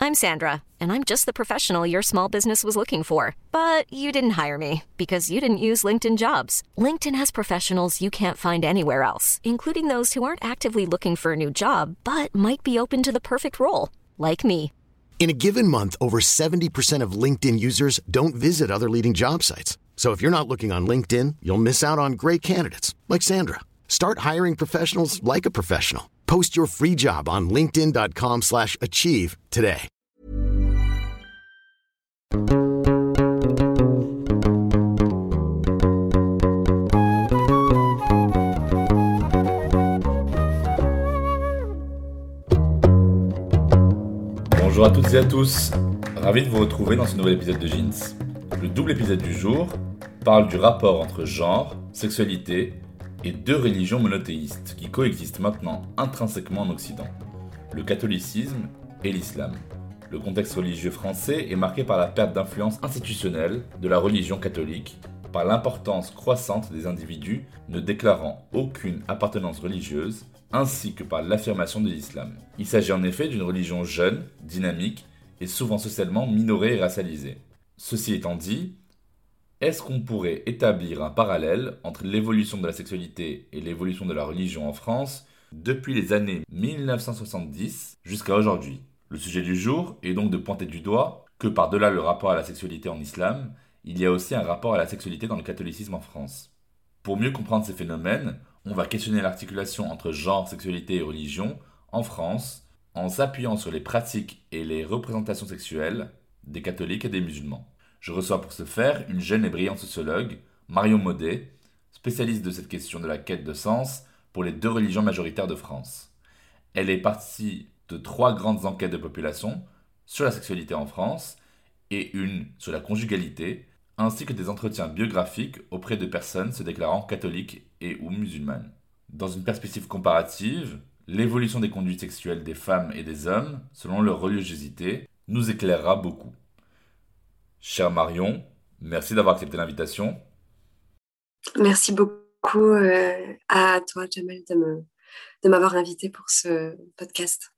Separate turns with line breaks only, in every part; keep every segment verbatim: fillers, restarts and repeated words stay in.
I'm Sandra, and I'm just the professional your small business was looking for. But you didn't hire me because you didn't use LinkedIn Jobs. LinkedIn has professionals you can't find anywhere else, including those who aren't actively looking for a new job, but might be open to the perfect role, like me.
In a given month, over seventy percent of LinkedIn users don't visit other leading job sites. So if you're not looking on LinkedIn, you'll miss out on great candidates like Sandra. Start hiring professionals like a professional. Post your free job on linkedin.com slash achieve today.
Bonjour à toutes et à tous, ravi de vous retrouver dans ce nouvel épisode de Jeans. Le double épisode du jour parle du rapport entre genre, sexualité et deux religions monothéistes qui coexistent maintenant intrinsèquement en Occident, le catholicisme et l'islam. Le contexte religieux français est marqué par la perte d'influence institutionnelle de la religion catholique, par l'importance croissante des individus ne déclarant aucune appartenance religieuse, ainsi que par l'affirmation de l'islam. Il s'agit en effet d'une religion jeune, dynamique et souvent socialement minorée et racialisée. Ceci étant dit, est-ce qu'on pourrait établir un parallèle entre l'évolution de la sexualité et l'évolution de la religion en France depuis les années mille neuf cent soixante-dix jusqu'à aujourd'hui? Le sujet du jour est donc de pointer du doigt que par-delà le rapport à la sexualité en islam, il y a aussi un rapport à la sexualité dans le catholicisme en France. Pour mieux comprendre ces phénomènes, on va questionner l'articulation entre genre, sexualité et religion en France en s'appuyant sur les pratiques et les représentations sexuelles des catholiques et des musulmans. Je reçois pour ce faire une jeune et brillante sociologue, Marion Maudet, spécialiste de cette question de la quête de sens pour les deux religions majoritaires de France. Elle est partie de trois grandes enquêtes de population sur la sexualité en France et une sur la conjugalité, ainsi que des entretiens biographiques auprès de personnes se déclarant catholiques et ou musulmanes. Dans une perspective comparative, l'évolution des conduites sexuelles des femmes et des hommes, selon leur religiosité, nous éclairera beaucoup. Chère Marion, merci d'avoir accepté l'invitation.
Merci beaucoup euh, à toi, Jamal, de, me, de m'avoir invité pour ce podcast.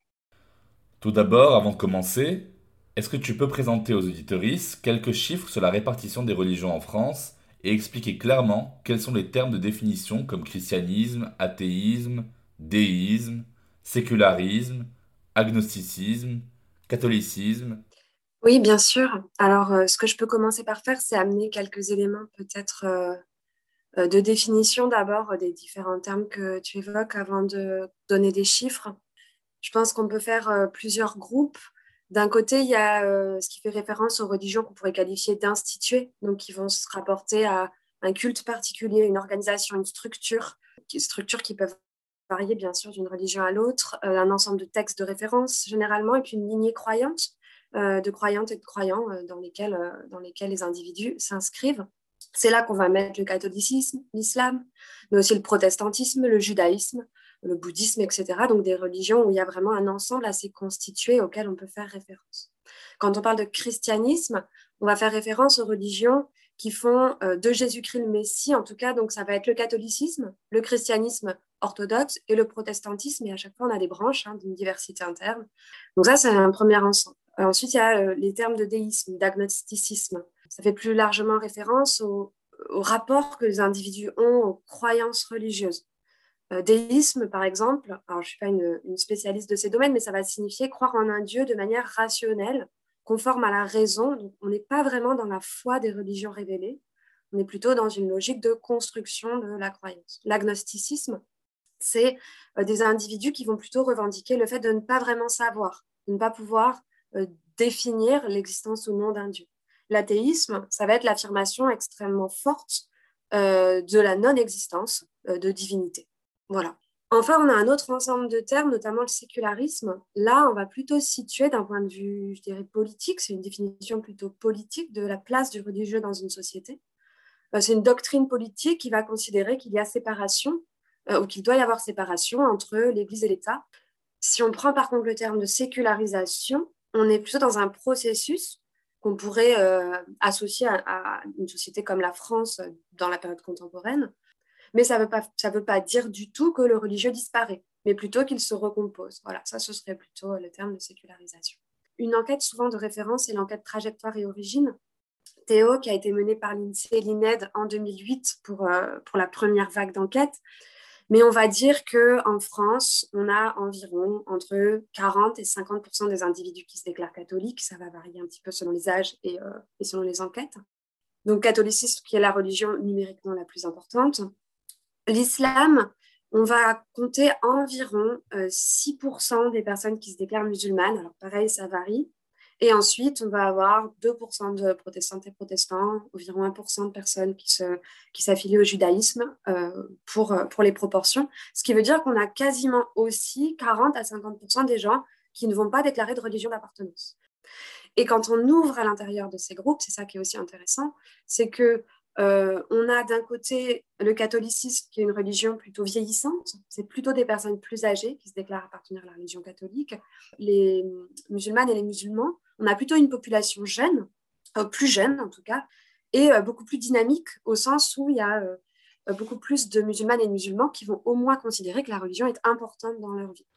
Tout d'abord, avant de commencer, est-ce que tu peux présenter aux auditeuristes quelques chiffres sur la répartition des religions en France et expliquer clairement quels sont les termes de définition comme christianisme, athéisme, déisme, sécularisme, agnosticisme, catholicisme?
Oui, bien sûr. Alors, euh, ce que je peux commencer par faire, c'est amener quelques éléments peut-être euh, euh, de définition d'abord euh, des différents termes que tu évoques avant de donner des chiffres. Je pense qu'on peut faire euh, plusieurs groupes. D'un côté, il y a euh, ce qui fait référence aux religions qu'on pourrait qualifier d'instituées, donc qui vont se rapporter à un culte particulier, une organisation, une structure, une structure qui peuvent varier bien sûr d'une religion à l'autre, euh, un ensemble de textes de référence généralement, et puis une lignée croyante, euh, de croyantes et de croyants euh, dans lesquels, euh, dans lesquels les individus s'inscrivent. C'est là qu'on va mettre le catholicisme, l'islam, mais aussi le protestantisme, le judaïsme, le bouddhisme, et cetera. Donc des religions où il y a vraiment un ensemble assez constitué auquel on peut faire référence. Quand on parle de christianisme, on va faire référence aux religions qui font euh, de Jésus-Christ le Messie, en tout cas, donc ça va être le catholicisme, le christianisme orthodoxe et le protestantisme, et à chaque fois on a des branches hein, d'une diversité interne. Donc ça, c'est un premier ensemble. Euh, ensuite, il y a euh, les termes de déisme, d'agnosticisme. Ça fait plus largement référence au, au rapport que les individus ont aux croyances religieuses. Euh, déisme, par exemple, alors je ne suis pas une, une spécialiste de ces domaines, mais ça va signifier croire en un Dieu de manière rationnelle, conforme à la raison. Donc, on n'est pas vraiment dans la foi des religions révélées, on est plutôt dans une logique de construction de la croyance. L'agnosticisme, c'est euh, des individus qui vont plutôt revendiquer le fait de ne pas vraiment savoir, de ne pas pouvoir euh, définir l'existence ou non d'un Dieu. L'athéisme, ça va être l'affirmation extrêmement forte euh, de la non-existence euh, de divinité. Voilà. Enfin, on a un autre ensemble de termes, notamment le sécularisme. Là, on va plutôt se situer d'un point de vue, je dirais, politique. C'est une définition plutôt politique de la place du religieux dans une société. Euh, c'est une doctrine politique qui va considérer qu'il y a séparation, euh, ou qu'il doit y avoir séparation entre l'Église et l'État. Si on prend par contre le terme de sécularisation, on est plutôt dans un processus qu'on pourrait euh, associer à, à une société comme la France dans la période contemporaine. Mais ça ne veut pas, ça veut pas dire du tout que le religieux disparaît, mais plutôt qu'il se recompose. Voilà, ça, ce serait plutôt le terme de sécularisation. une enquête souvent de référence, c'est l'enquête Trajectoire et Origine, Théo, qui a été menée par l'INSEE et l'I N E D en deux mille huit pour, euh, pour la première vague d'enquête. Mais on va dire qu'en France, on a environ entre quarante et cinquante pour cent des individus qui se déclarent catholiques. Ça va varier un petit peu selon les âges et, euh, et selon les enquêtes. Donc, catholicisme, qui est la religion numériquement la plus importante. L'islam, on va compter environ euh, six pour cent des personnes qui se déclarent musulmanes. Alors, pareil, ça varie. Et ensuite, on va avoir deux pour cent de protestantes et protestants, environ un pour cent de personnes qui, se, qui s'affilient au judaïsme euh, pour, pour les proportions. Ce qui veut dire qu'on a quasiment aussi quarante à cinquante pour cent des gens qui ne vont pas déclarer de religion d'appartenance. Et quand on ouvre à l'intérieur de ces groupes, c'est ça qui est aussi intéressant, c'est que Euh, on a d'un côté le catholicisme, qui est une religion plutôt vieillissante. C'est plutôt des personnes plus âgées qui se déclarent appartenir à la religion catholique. Les musulmanes et les musulmans, on a plutôt une population jeune, euh, plus jeune en tout cas, et euh, beaucoup plus dynamique, au sens où il y a euh, beaucoup plus de musulmanes et de musulmans qui vont au moins considérer que la religion est importante dans leur vie.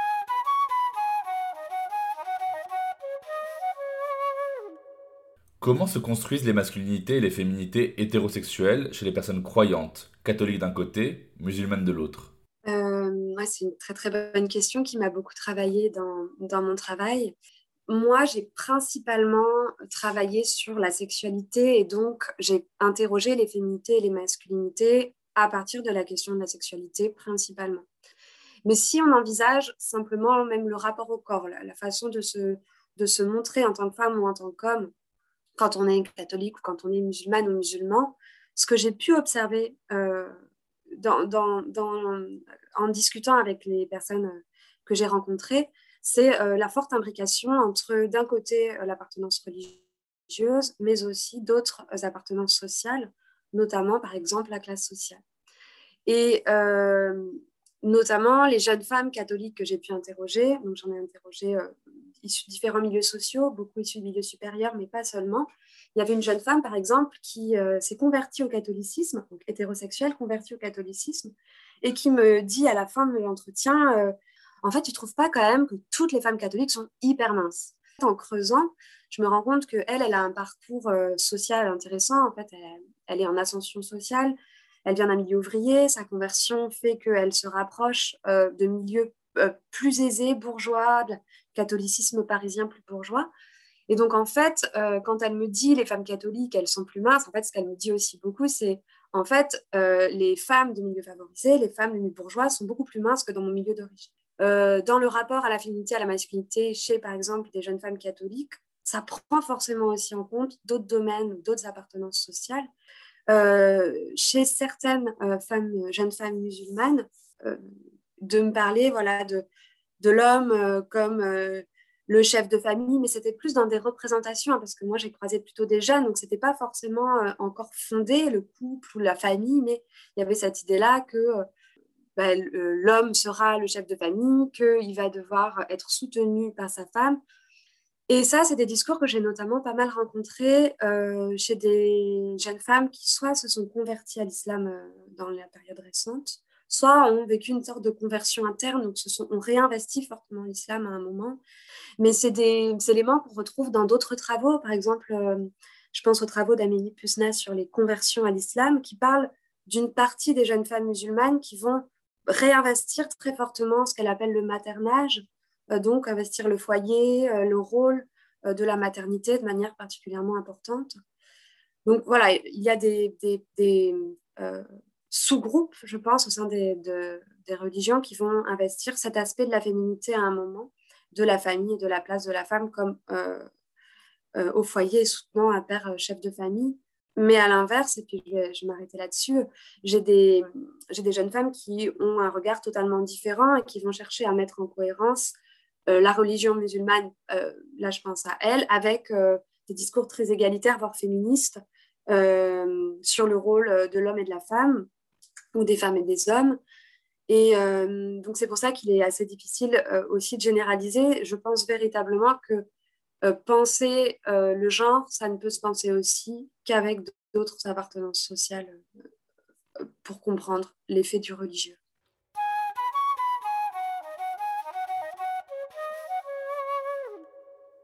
Comment se construisent les masculinités et les féminités hétérosexuelles chez les personnes croyantes, catholiques d'un côté, musulmanes de l'autre?
euh, ouais, C'est une très très bonne question qui m'a beaucoup travaillé dans, dans mon travail. Moi, j'ai principalement travaillé sur la sexualité et donc j'ai interrogé les féminités et les masculinités à partir de la question de la sexualité principalement. Mais si on envisage simplement même le rapport au corps, la, la façon de se, de se montrer en tant que femme ou en tant qu'homme, quand on est catholique ou quand on est musulmane ou musulman, ce que j'ai pu observer euh, dans, dans, dans, en discutant avec les personnes que j'ai rencontrées, c'est euh, la forte imbrication entre, d'un côté, euh, l'appartenance religieuse, mais aussi d'autres euh, appartenances sociales, notamment, par exemple, la classe sociale. Et euh, notamment, les jeunes femmes catholiques que j'ai pu interroger, donc j'en ai interrogé euh, issus de différents milieux sociaux, beaucoup issus de milieux supérieurs, mais pas seulement. Il y avait une jeune femme, par exemple, qui euh, s'est convertie au catholicisme, donc hétérosexuelle, convertie au catholicisme, et qui me dit à la fin de l'entretien, euh, en fait, tu ne trouves pas quand même que toutes les femmes catholiques sont hyper minces? En creusant, je me rends compte qu'elle, elle a un parcours euh, social intéressant. En fait, elle, elle est en ascension sociale, elle vient d'un milieu ouvrier, sa conversion fait qu'elle se rapproche euh, de milieux euh, plus aisés, bourgeois, de catholicisme parisien plus bourgeois. Et donc, en fait, euh, quand elle me dit les femmes catholiques, elles sont plus minces, en fait, ce qu'elle me dit aussi beaucoup, c'est en fait, euh, les femmes de milieux favorisés, les femmes de milieu bourgeois sont beaucoup plus minces que dans mon milieu d'origine. Euh, dans le rapport à la féminité, à la masculinité, chez, par exemple, des jeunes femmes catholiques, ça prend forcément aussi en compte d'autres domaines, d'autres appartenances sociales. Euh, chez certaines euh, femmes, jeunes femmes musulmanes, euh, de me parler voilà, de, de l'homme euh, comme euh, le chef de famille, mais c'était plus dans des représentations, hein, parce que moi j'ai croisé plutôt des jeunes, donc c'était pas forcément euh, encore fondé, le couple ou la famille, mais il y avait cette idée-là que euh, bah, l'homme sera le chef de famille, qu'il va devoir être soutenu par sa femme. Et ça, c'est des discours que j'ai notamment pas mal rencontrés euh, chez des jeunes femmes qui soit se sont converties à l'islam euh, dans la période récente, soit ont vécu une sorte de conversion interne, donc se sont, ont réinvesti fortement l'islam à un moment. Mais c'est des éléments qu'on retrouve dans d'autres travaux. Par exemple, euh, je pense aux travaux d'Amélie Pusna sur les conversions à l'islam, qui parlent d'une partie des jeunes femmes musulmanes qui vont réinvestir très fortement ce qu'elle appelle le maternage, euh, donc investir le foyer, euh, le rôle euh, de la maternité de manière particulièrement importante. Donc voilà, il y a des, des, des euh, sous-groupes, je pense, au sein des, de, des religions qui vont investir cet aspect de la féminité à un moment, de la famille et de la place de la femme comme euh, euh, au foyer soutenant un père euh, chef de famille. Mais à l'inverse, et puis je vais, je vais m'arrêter là-dessus, j'ai des, j'ai des jeunes femmes qui ont un regard totalement différent et qui vont chercher à mettre en cohérence euh, la religion musulmane, euh, là je pense à elle, avec euh, des discours très égalitaires, voire féministes, euh, sur le rôle de l'homme et de la femme, ou des femmes et des hommes. Et euh, donc c'est pour ça qu'il est assez difficile euh, aussi de généraliser. Je pense véritablement que euh, penser euh, le genre, ça ne peut se penser aussi qu'avec d'autres appartenances sociales euh, pour comprendre l'effet du religieux.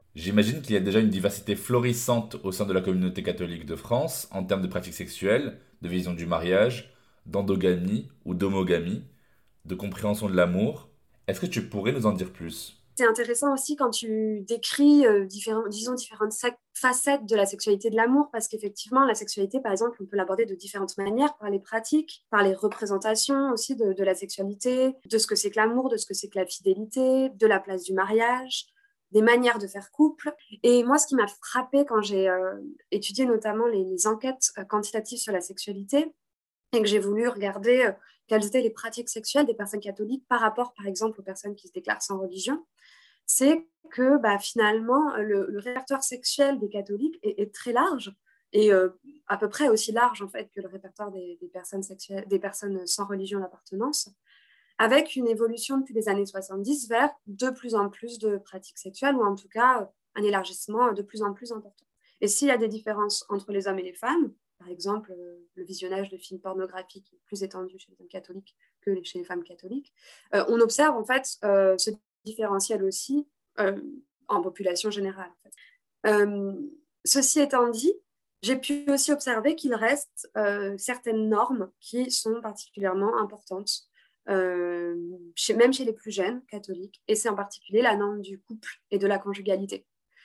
J'imagine qu'il y a déjà une diversité florissante au sein de la communauté catholique de France en termes de pratiques sexuelles, de vision du mariage, d'endogamie ou d'homogamie, de compréhension de l'amour. Est-ce que tu pourrais nous en dire plus?
C'est intéressant aussi quand tu décris, euh, différents, disons, différentes sa- facettes de la sexualité de l'amour, parce qu'effectivement, la sexualité, par exemple, on peut l'aborder de différentes manières, par les pratiques, par les représentations aussi de, de la sexualité, de ce que c'est que l'amour, de ce que c'est que la fidélité, de la place du mariage, des manières de faire couple. Et moi, ce qui m'a frappé quand j'ai euh, étudié notamment les, les enquêtes euh, quantitatives sur la sexualité, et que j'ai voulu regarder euh, quelles étaient les pratiques sexuelles des personnes catholiques par rapport, par exemple, aux personnes qui se déclarent sans religion, c'est que bah, finalement, le, le répertoire sexuel des catholiques est, est très large et euh, à peu près aussi large en fait que le répertoire des, des personnes sexuelles, des personnes sans religion d'appartenance, avec une évolution depuis les années soixante-dix vers de plus en plus de pratiques sexuelles, ou en tout cas un élargissement de plus en plus important. Et s'il y a des différences entre les hommes et les femmes, par exemple euh, le visionnage de films pornographiques est plus étendu chez les hommes catholiques que chez les femmes catholiques, euh, on observe en fait euh, ce différentiel aussi euh, en population générale. En fait. Euh, ceci étant dit, j'ai pu aussi observer qu'il reste euh, certaines normes qui sont particulièrement importantes, euh, chez, même chez les plus jeunes catholiques, et c'est en particulier la norme du couple et de la conjugalité.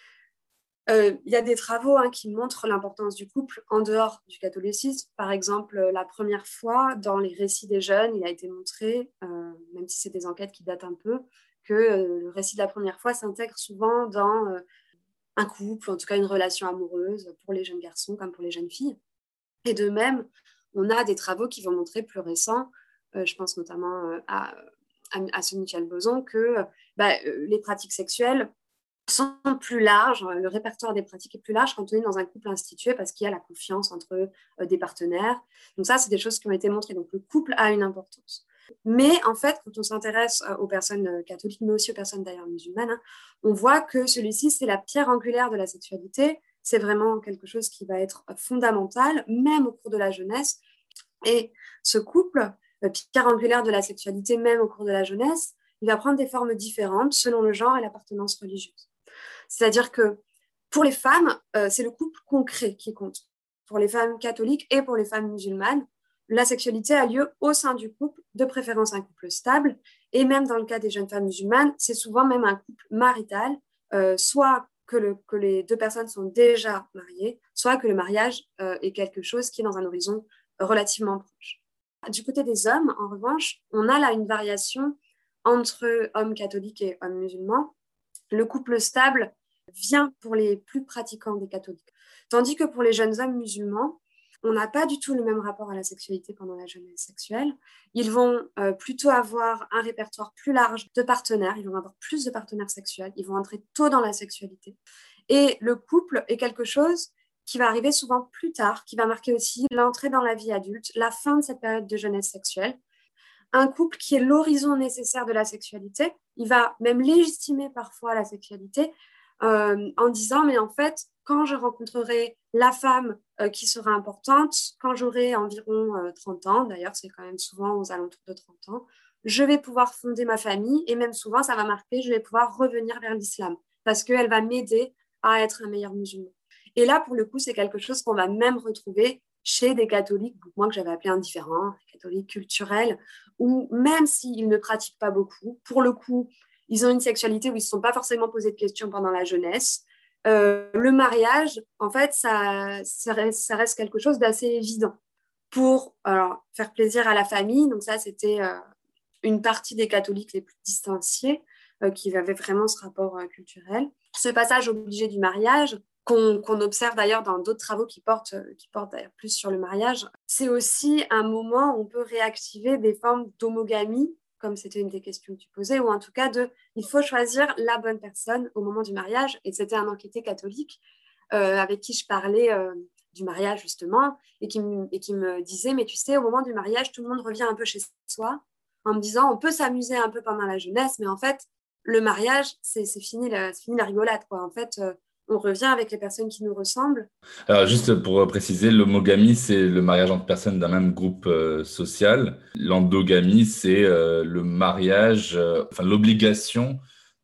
Euh, Il y a des travaux hein, qui montrent l'importance du couple en dehors du catholicisme. Par exemple, la première fois, dans les récits des jeunes, il a été montré, euh, même si c'est des enquêtes qui datent un peu, que euh, le récit de la première fois s'intègre souvent dans euh, un couple, en tout cas une relation amoureuse, pour les jeunes garçons comme pour les jeunes filles. Et de même, on a des travaux qui vont montrer plus récents, euh, je pense notamment euh, à, à, à ce Michel Boson, que euh, bah, euh, les pratiques sexuelles sont plus larges, le répertoire des pratiques est plus large quand on est dans un couple institué parce qu'il y a la confiance entre euh, des partenaires. Donc ça, c'est des choses qui ont été montrées. Donc le couple a une importance. Mais en fait, quand on s'intéresse euh, aux personnes euh, catholiques, mais aussi aux personnes d'ailleurs musulmanes, hein, on voit que celui-ci, c'est la pierre angulaire de la sexualité. C'est vraiment quelque chose qui va être fondamental, même au cours de la jeunesse. Et ce couple, euh, pierre angulaire de la sexualité, même au cours de la jeunesse, il va prendre des formes différentes selon le genre et l'appartenance religieuse. C'est-à-dire que pour les femmes, euh, c'est le couple concret qui compte. Pour les femmes catholiques et pour les femmes musulmanes, la sexualité a lieu au sein du couple, de préférence un couple stable. Et même dans le cas des jeunes femmes musulmanes, c'est souvent même un couple marital, euh, soit que, le, que les deux personnes sont déjà mariées, soit que le mariage euh, est quelque chose qui est dans un horizon relativement proche. Du côté des hommes, en revanche, on a là une variation entre hommes catholiques et hommes musulmans. Le couple stable vient pour les plus pratiquants des catholiques. Tandis que pour les jeunes hommes musulmans, on n'a pas du tout le même rapport à la sexualité pendant la jeunesse sexuelle. Ils vont euh, plutôt avoir un répertoire plus large de partenaires, ils vont avoir plus de partenaires sexuels, ils vont entrer tôt dans la sexualité. Et le couple est quelque chose qui va arriver souvent plus tard, qui va marquer aussi l'entrée dans la vie adulte, la fin de cette période de jeunesse sexuelle. Un couple qui est l'horizon nécessaire de la sexualité, il va même légitimer parfois la sexualité euh, en disant, mais en fait, quand je rencontrerai la femme euh, qui sera importante, quand j'aurai environ euh, trente ans, d'ailleurs c'est quand même souvent aux alentours de trente ans, je vais pouvoir fonder ma famille et même souvent ça va marquer, je vais pouvoir revenir vers l'islam parce qu'elle va m'aider à être un meilleur musulman. Et là, pour le coup, c'est quelque chose qu'on va même retrouver chez des catholiques, moi que j'avais appelé indifférents, catholiques culturels, où même s'ils ne pratiquent pas beaucoup, pour le coup, ils ont une sexualité où ils ne se sont pas forcément posé de questions pendant la jeunesse. Euh, le mariage, en fait, ça, ça, reste, ça reste quelque chose d'assez évident pour alors, faire plaisir à la famille. Donc ça, c'était euh, une partie des catholiques les plus distanciés euh, qui avaient vraiment ce rapport euh, culturel. Ce passage obligé du mariage, Qu'on, qu'on observe d'ailleurs dans d'autres travaux qui portent, qui portent d'ailleurs plus sur le mariage, c'est aussi un moment où on peut réactiver des formes d'homogamie, comme c'était une des questions que tu posais, ou en tout cas de, il faut choisir la bonne personne au moment du mariage. Et c'était un enquêté catholique euh, avec qui je parlais euh, du mariage justement, et qui, me, et qui me disait, mais tu sais, au moment du mariage, tout le monde revient un peu chez soi, en me disant, on peut s'amuser un peu pendant la jeunesse, mais en fait, le mariage, c'est, c'est, fini, la, c'est fini la rigolade, quoi. En fait, euh, on revient avec les personnes qui nous ressemblent.
Alors, juste pour préciser, l'homogamie, c'est le mariage entre personnes d'un même groupe euh, social. L'endogamie, c'est euh, le mariage, euh, enfin l'obligation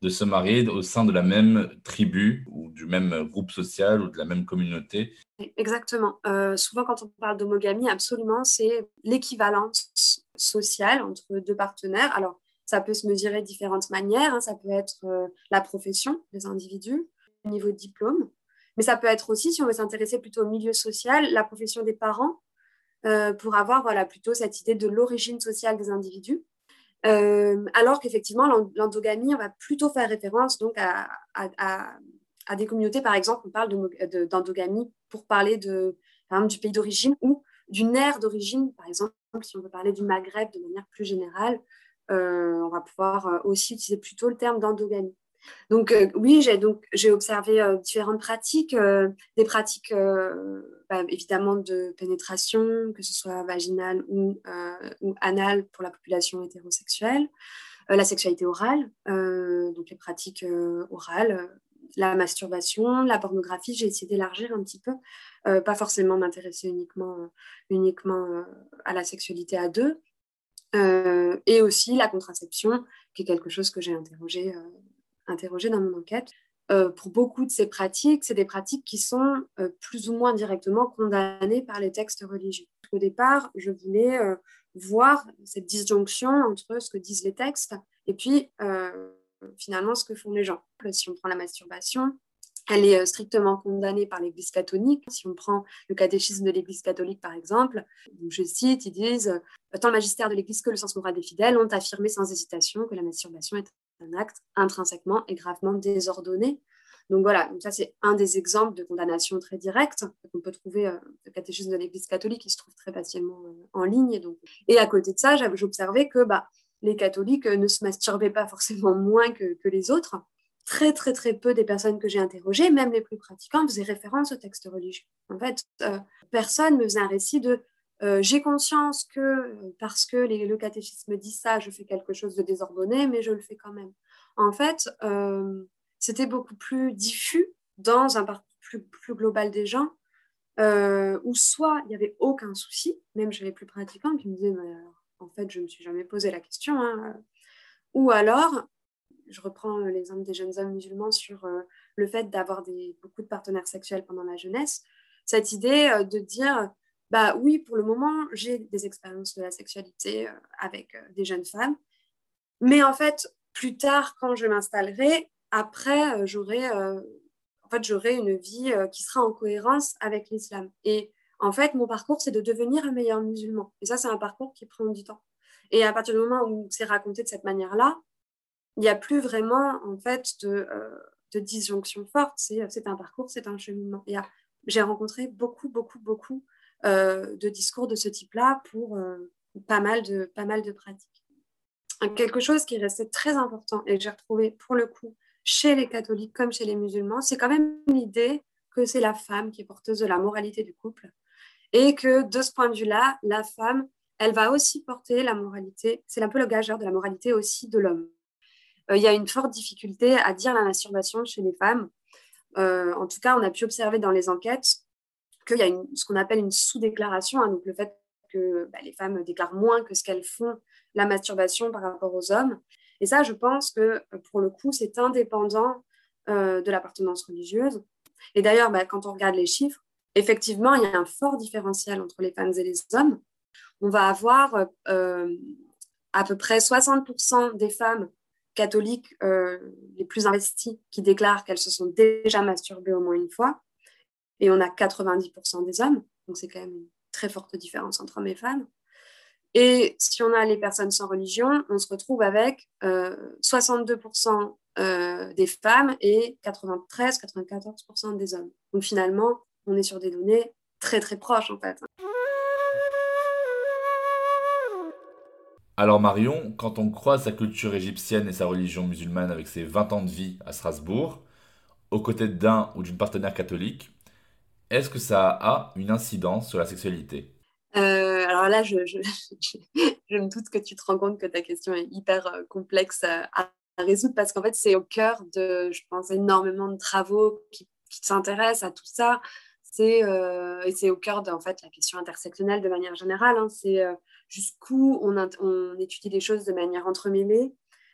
de se marier au sein de la même tribu ou du même groupe social ou de la même communauté.
Exactement. Euh, souvent, quand on parle d'homogamie, absolument, c'est l'équivalence sociale entre deux partenaires. Alors, ça peut se mesurer de différentes manières. Hein. Ça peut être euh, la profession des individus, le niveau de diplôme. Mais ça peut être aussi, si on veut s'intéresser plutôt au milieu social, la profession des parents, euh, pour avoir voilà, plutôt cette idée de l'origine sociale des individus. Euh, alors qu'effectivement, l'endogamie, on va plutôt faire référence donc à, à, à, à des communautés, par exemple, on parle de, d'endogamie pour parler de, par exemple, du pays d'origine ou d'une aire d'origine, par exemple, si on veut parler du Maghreb de manière plus générale, euh, on va pouvoir aussi utiliser plutôt le terme d'endogamie. Donc euh, oui, j'ai donc j'ai observé euh, différentes pratiques, euh, des pratiques euh, bah, évidemment de pénétration, que ce soit vaginale ou, euh, ou anale pour la population hétérosexuelle, euh, la sexualité orale, euh, donc les pratiques euh, orales, euh, la masturbation, la pornographie. J'ai essayé d'élargir un petit peu, euh, pas forcément m'intéresser uniquement euh, uniquement euh, à la sexualité à deux, euh, et aussi la contraception, qui est quelque chose que j'ai interrogé. Euh, interrogée dans mon enquête. Euh, pour beaucoup de ces pratiques, c'est des pratiques qui sont euh, plus ou moins directement condamnées par les textes religieux. Au départ, je voulais euh, voir cette disjonction entre ce que disent les textes et puis euh, finalement ce que font les gens. Si on prend la masturbation, elle est strictement condamnée par l'Église catholique. Si on prend le catéchisme de l'Église catholique, par exemple, je cite, ils disent « Tant le magistère de l'Église que le sens moral des fidèles ont affirmé sans hésitation que la masturbation est un acte intrinsèquement et gravement désordonné. » Donc voilà, donc ça c'est un des exemples de condamnation très directe qu'on peut trouver euh, le catéchisme de l'Église catholique, qui se trouve très facilement euh, en ligne. Et, donc. et à côté de ça, j'observais que bah, les catholiques euh, ne se masturbaient pas forcément moins que, que les autres. Très, très, très peu des personnes que j'ai interrogées, même les plus pratiquants, faisaient référence au texte religieux. En fait, euh, personne ne faisait un récit de euh, j'ai conscience que euh, parce que les, le catéchisme dit ça, je fais quelque chose de désordonné, mais je le fais quand même. En fait, euh, c'était beaucoup plus diffus dans un parcours plus, plus global des gens, euh, où soit il n'y avait aucun souci, même chez les plus pratiquants qui me disaient mais, alors, en fait, je ne me suis jamais posé la question, hein, ou alors je reprends l'exemple des jeunes hommes musulmans sur euh, le fait d'avoir des, beaucoup de partenaires sexuels pendant la jeunesse, cette idée euh, de dire, bah oui, pour le moment, j'ai des expériences de la sexualité euh, avec euh, des jeunes femmes, mais en fait, plus tard, quand je m'installerai, après, euh, j'aurai, euh, en fait, j'aurai une vie euh, qui sera en cohérence avec l'islam. Et en fait, mon parcours, c'est de devenir un meilleur musulman. Et ça, c'est un parcours qui prend du temps. Et à partir du moment où c'est raconté de cette manière-là, il n'y a plus vraiment en fait de, euh, de disjonction forte. C'est, c'est un parcours, c'est un cheminement. Et, ah, j'ai rencontré beaucoup, beaucoup, beaucoup euh, de discours de ce type-là pour euh, pas, mal de, pas mal de pratiques. Quelque chose qui restait très important et que j'ai retrouvé pour le coup chez les catholiques comme chez les musulmans, c'est quand même l'idée que c'est la femme qui est porteuse de la moralité du couple et que de ce point de vue-là, la femme, elle va aussi porter la moralité, c'est un peu le gageur de la moralité aussi de l'homme. Il euh, y a une forte difficulté à dire la masturbation chez les femmes. Euh, en tout cas, on a pu observer dans les enquêtes qu'il y a une, ce qu'on appelle une sous-déclaration, hein, donc le fait que bah, les femmes déclarent moins que ce qu'elles font la masturbation par rapport aux hommes. Et ça, je pense que pour le coup, c'est indépendant euh, de l'appartenance religieuse. Et d'ailleurs, bah, quand on regarde les chiffres, effectivement, il y a un fort différentiel entre les femmes et les hommes. On va avoir euh, à peu près soixante pour cent des femmes catholiques euh, les plus investies qui déclarent qu'elles se sont déjà masturbées au moins une fois. Et on a quatre-vingt-dix pour cent des hommes. Donc, c'est quand même une très forte différence entre hommes et femmes. Et si on a les personnes sans religion, on se retrouve avec euh, soixante-deux pour cent euh, des femmes et quatre-vingt-treize à quatre-vingt-quatorze pour cent des hommes. Donc, finalement, on est sur des données très, très proches, en fait.
Alors Marion, quand on croise sa culture égyptienne et sa religion musulmane avec ses vingt ans de vie à Strasbourg, aux côtés d'un ou d'une partenaire catholique, est-ce que ça a une incidence sur la sexualité ?
euh, Alors là, je, je, je, je me doute que tu te rends compte que ta question est hyper euh, complexe à, à résoudre parce qu'en fait, c'est au cœur de, je pense, énormément de travaux qui, qui s'intéressent à tout ça. C'est, euh, et c'est au cœur de en fait, la question intersectionnelle de manière générale. Hein. C'est euh, jusqu'où on, on étudie les choses de manière entremêlée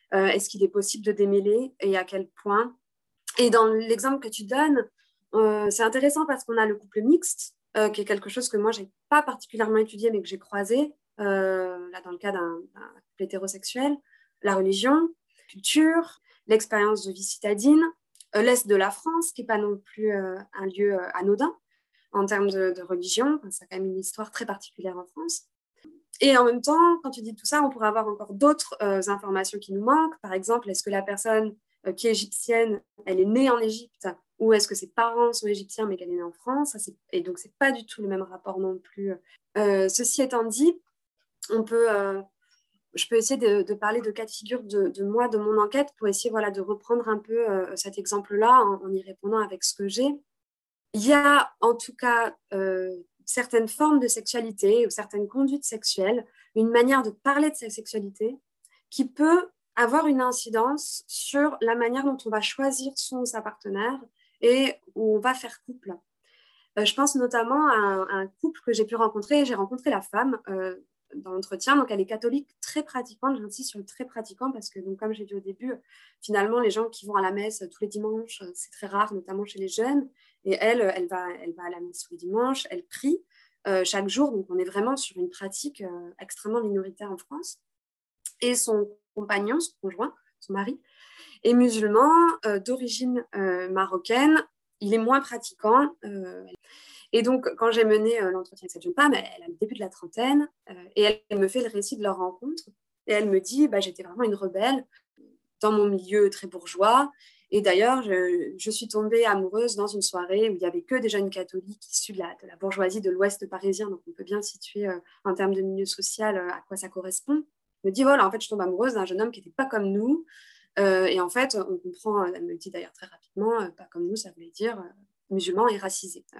euh, est-ce qu'il est possible de démêler et à quel point. Et dans l'exemple que tu donnes, euh, c'est intéressant parce qu'on a le couple mixte, euh, qui est quelque chose que moi, je n'ai pas particulièrement étudié, mais que j'ai croisé, euh, là, dans le cas d'un, d'un couple hétérosexuel, la religion, la culture, l'expérience de vie citadine, euh, l'Est de la France, qui n'est pas non plus euh, un lieu euh, anodin en termes de, de religion. Ça a quand même une histoire très particulière en France. Et en même temps, quand tu dis tout ça, on pourrait avoir encore d'autres euh, informations qui nous manquent. Par exemple, est-ce que la personne euh, qui est égyptienne, elle est née en Égypte, ou est-ce que ses parents sont égyptiens mais qu'elle est née en France? Ça, c'est... Et donc, c'est pas du tout le même rapport non plus. Euh, ceci étant dit, on peut, euh, je peux essayer de, de parler de cas de figure de, de moi, de mon enquête, pour essayer voilà, de reprendre un peu euh, cet exemple-là en, en y répondant avec ce que j'ai. Il y a en tout cas euh, certaines formes de sexualité ou certaines conduites sexuelles, une manière de parler de sa sexualité qui peut avoir une incidence sur la manière dont on va choisir son ou sa partenaire et où on va faire couple. Euh, je pense notamment à un, à un couple que j'ai pu rencontrer. J'ai rencontré la femme euh, dans l'entretien. Donc, elle est catholique, très pratiquante. J'insiste sur le très pratiquant parce que, donc, comme j'ai dit au début, finalement, les gens qui vont à la messe tous les dimanches, c'est très rare, notamment chez les jeunes. Et elle, elle va, elle va à la messe tous les dimanches, elle prie euh, chaque jour. Donc, on est vraiment sur une pratique euh, extrêmement minoritaire en France. Et son compagnon, son conjoint, son mari, est musulman euh, d'origine euh, marocaine. Il est moins pratiquant. Euh, et donc, quand j'ai mené euh, l'entretien avec cette jeune femme, elle, elle a le début de la trentaine euh, et elle, elle me fait le récit de leur rencontre. Et elle me dit, bah, j'étais vraiment une rebelle dans mon milieu très bourgeois. Et d'ailleurs, je, je suis tombée amoureuse dans une soirée où il n'y avait que des jeunes catholiques issus de la, de la bourgeoisie de l'Ouest parisien. Donc, on peut bien situer euh, en termes de milieu social euh, à quoi ça correspond. Elle me dit, voilà, en fait, je tombe amoureuse d'un jeune homme qui n'était pas comme nous. Euh, et en fait, on comprend, elle me le dit d'ailleurs très rapidement, euh, pas comme nous, ça voulait dire euh, musulman et racisé. Euh,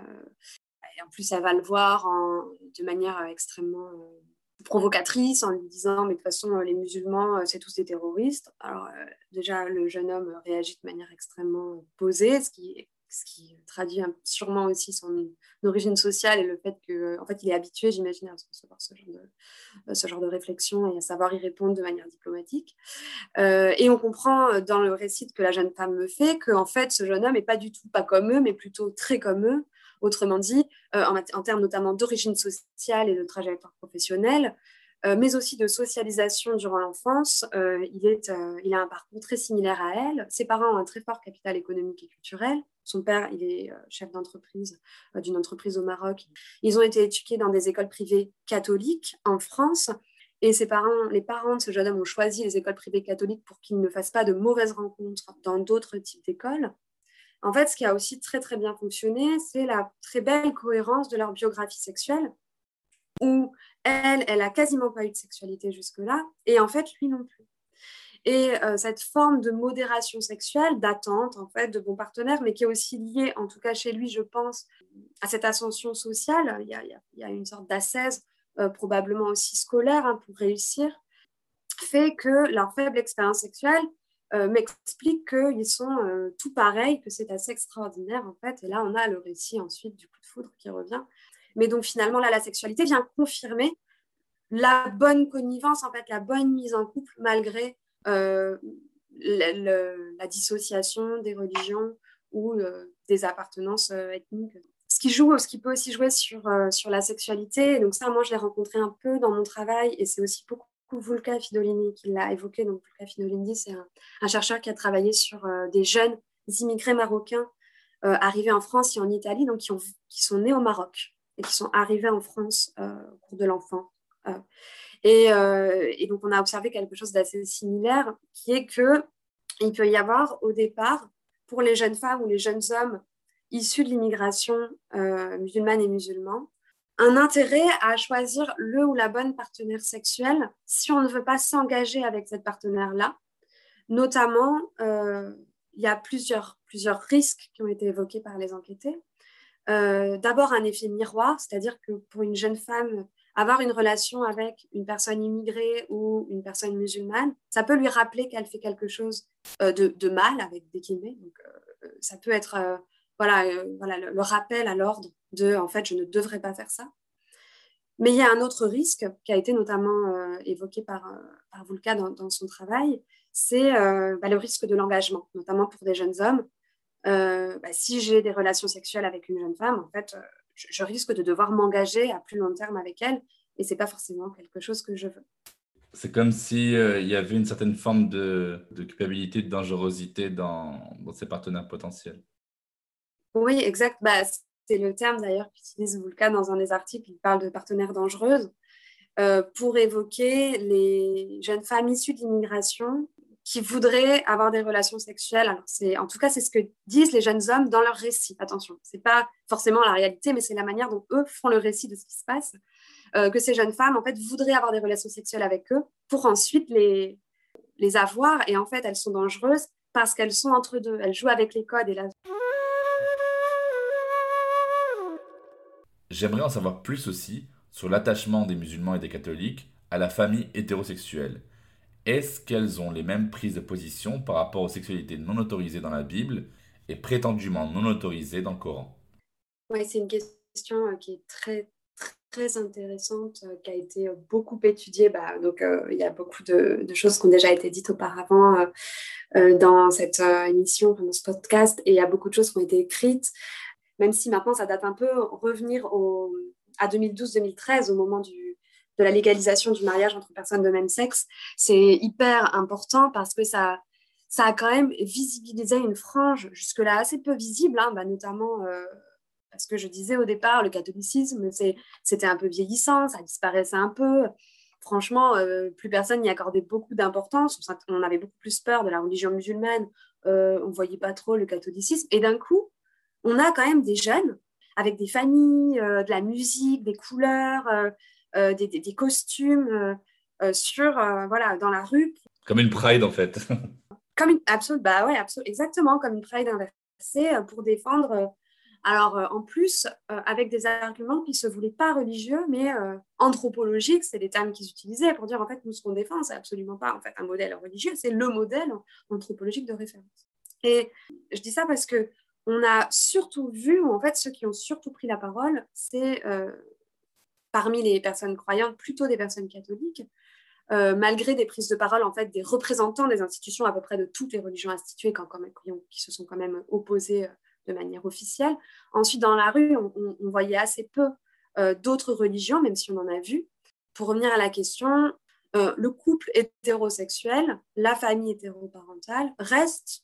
et en plus, elle va le voir en, de manière extrêmement euh, provocatrice en lui disant, mais de toute façon, les musulmans, c'est tous des terroristes. Alors, euh, déjà, le jeune homme réagit de manière extrêmement posée, ce qui, ce qui traduit sûrement aussi son origine sociale et le fait qu'en en fait, il est habitué, j'imagine, à recevoir ce genre de, ce genre de réflexion et à savoir y répondre de manière diplomatique. Euh, et on comprend dans le récit que la jeune femme me fait qu'en fait, ce jeune homme n'est pas du tout pas comme eux, mais plutôt très comme eux. Autrement dit, euh, en, en termes notamment d'origine sociale et de trajectoire professionnelle, euh, mais aussi de socialisation durant l'enfance, euh, il, est, euh, il a un parcours très similaire à elle. Ses parents ont un très fort capital économique et culturel. Son père, il est euh, chef d'entreprise euh, d'une entreprise au Maroc. Ils ont été éduqués dans des écoles privées catholiques en France. Et ses parents, les parents de ce jeune homme ont choisi les écoles privées catholiques pour qu'il ne fasse pas de mauvaises rencontres dans d'autres types d'écoles. En fait, ce qui a aussi très, très bien fonctionné, c'est la très belle cohérence de leur biographie sexuelle, où elle, elle a quasiment pas eu de sexualité jusque-là, et en fait, lui non plus. Et euh, cette forme de modération sexuelle, d'attente, en fait, de bon partenaire, mais qui est aussi liée, en tout cas chez lui, je pense, à cette ascension sociale. Il y a, il y a, il y a une sorte d'ascèse, euh, probablement aussi scolaire, hein, pour réussir, fait que leur faible expérience sexuelle Euh, m'explique qu'ils sont euh, tout pareils, que c'est assez extraordinaire en fait. Et là, on a le récit ensuite du coup de foudre qui revient. Mais donc finalement, là, la sexualité vient confirmer la bonne connivence, en fait, la bonne mise en couple malgré euh, le, le, la dissociation des religions ou euh, des appartenances euh, ethniques. Ce qui joue, ce qui peut aussi jouer sur, euh, sur la sexualité. Donc ça, moi, je l'ai rencontré un peu dans mon travail et c'est aussi beaucoup Vulca Fidolini qui l'a évoqué. Donc, Vulca Fidolini, c'est un, un chercheur qui a travaillé sur euh, des jeunes immigrés marocains euh, arrivés en France et en Italie, donc qui, ont, qui sont nés au Maroc et qui sont arrivés en France euh, au cours de l'enfant. Euh, et, euh, et donc, on a observé quelque chose d'assez similaire, qui est qu'il peut y avoir au départ, pour les jeunes femmes ou les jeunes hommes issus de l'immigration euh, musulmane et musulmane, un intérêt à choisir le ou la bonne partenaire sexuelle si on ne veut pas s'engager avec cette partenaire-là. Notamment, euh, il y a plusieurs, plusieurs risques qui ont été évoqués par les enquêtés. Euh, d'abord, un effet miroir, c'est-à-dire que pour une jeune femme, avoir une relation avec une personne immigrée ou une personne musulmane, ça peut lui rappeler qu'elle fait quelque chose euh, de, de mal, avec des guillemets. Donc, euh, ça peut être... Euh, Voilà, euh, voilà le, le rappel à l'ordre de, en fait, je ne devrais pas faire ça. Mais il y a un autre risque qui a été notamment euh, évoqué par, euh, par Vulca dans, dans son travail, c'est euh, bah, le risque de l'engagement, notamment pour des jeunes hommes. Euh, bah, si j'ai des relations sexuelles avec une jeune femme, en fait, euh, je, je risque de devoir m'engager à plus long terme avec elle, et c'est pas forcément quelque chose que je veux.
C'est comme si euh, il y avait une certaine forme de, de culpabilité, de dangerosité dans, dans ces partenaires potentiels.
Oui, exact. Bah, c'est le terme d'ailleurs qu'utilise Vulca dans un des articles. Il parle de partenaires dangereuses euh, pour évoquer les jeunes femmes issues de l'immigration qui voudraient avoir des relations sexuelles. Alors, c'est, en tout cas, c'est ce que disent les jeunes hommes dans leur récit. Attention, c'est pas forcément la réalité, mais c'est la manière dont eux font le récit de ce qui se passe. Euh, que ces jeunes femmes, en fait, voudraient avoir des relations sexuelles avec eux pour ensuite les, les avoir. Et en fait, elles sont dangereuses parce qu'elles sont entre deux. Elles jouent avec les codes. Et là...
J'aimerais en savoir plus aussi sur l'attachement des musulmans et des catholiques à la famille hétérosexuelle. Est-ce qu'elles ont les mêmes prises de position par rapport aux sexualités non autorisées dans la Bible et prétendument non autorisées dans le Coran?
Oui, c'est une question euh, qui est très, très intéressante, euh, qui a été euh, beaucoup étudiée. Bah, donc, euh, il y a beaucoup de, de choses qui ont déjà été dites auparavant euh, euh, dans cette euh, émission, dans ce podcast, et il y a beaucoup de choses qui ont été écrites, même si maintenant ça date un peu, revenir au, à deux mille douze deux mille treize, au moment du, de la légalisation du mariage entre personnes de même sexe. C'est hyper important parce que ça, ça a quand même visibilisé une frange jusque-là assez peu visible, hein, bah, notamment... Euh, parce que je disais au départ, le catholicisme, c'est, c'était un peu vieillissant, ça disparaissait un peu. Franchement, euh, plus personne n'y accordait beaucoup d'importance. On, on avait beaucoup plus peur de la religion musulmane. Euh, on ne voyait pas trop le catholicisme. Et d'un coup, on a quand même des jeunes avec des familles, euh, de la musique, des couleurs, euh, euh, des, des, des costumes euh, euh, sur, euh, voilà, dans la rue.
Comme une pride en fait.
Comme une, absolue, bah ouais, absolue, exactement, comme une pride inversée euh, pour défendre... Euh, Alors, euh, en plus, euh, avec des arguments qui ne se voulaient pas religieux, mais euh, anthropologiques, c'est les termes qu'ils utilisaient pour dire, en fait, nous, ce qu'on défend, c'est absolument pas en fait, un modèle religieux, c'est le modèle anthropologique de référence. Et je dis ça parce qu'on a surtout vu, ou en fait, ceux qui ont surtout pris la parole, c'est euh, parmi les personnes croyantes, plutôt des personnes catholiques, euh, malgré des prises de parole, en fait, des représentants des institutions à peu près de toutes les religions instituées qui, quand même, qui se sont quand même opposées euh, de manière officielle. Ensuite, dans la rue, on, on, on voyait assez peu euh, d'autres religions, même si on en a vu. Pour revenir à la question, euh, le couple hétérosexuel, la famille hétéroparentale, reste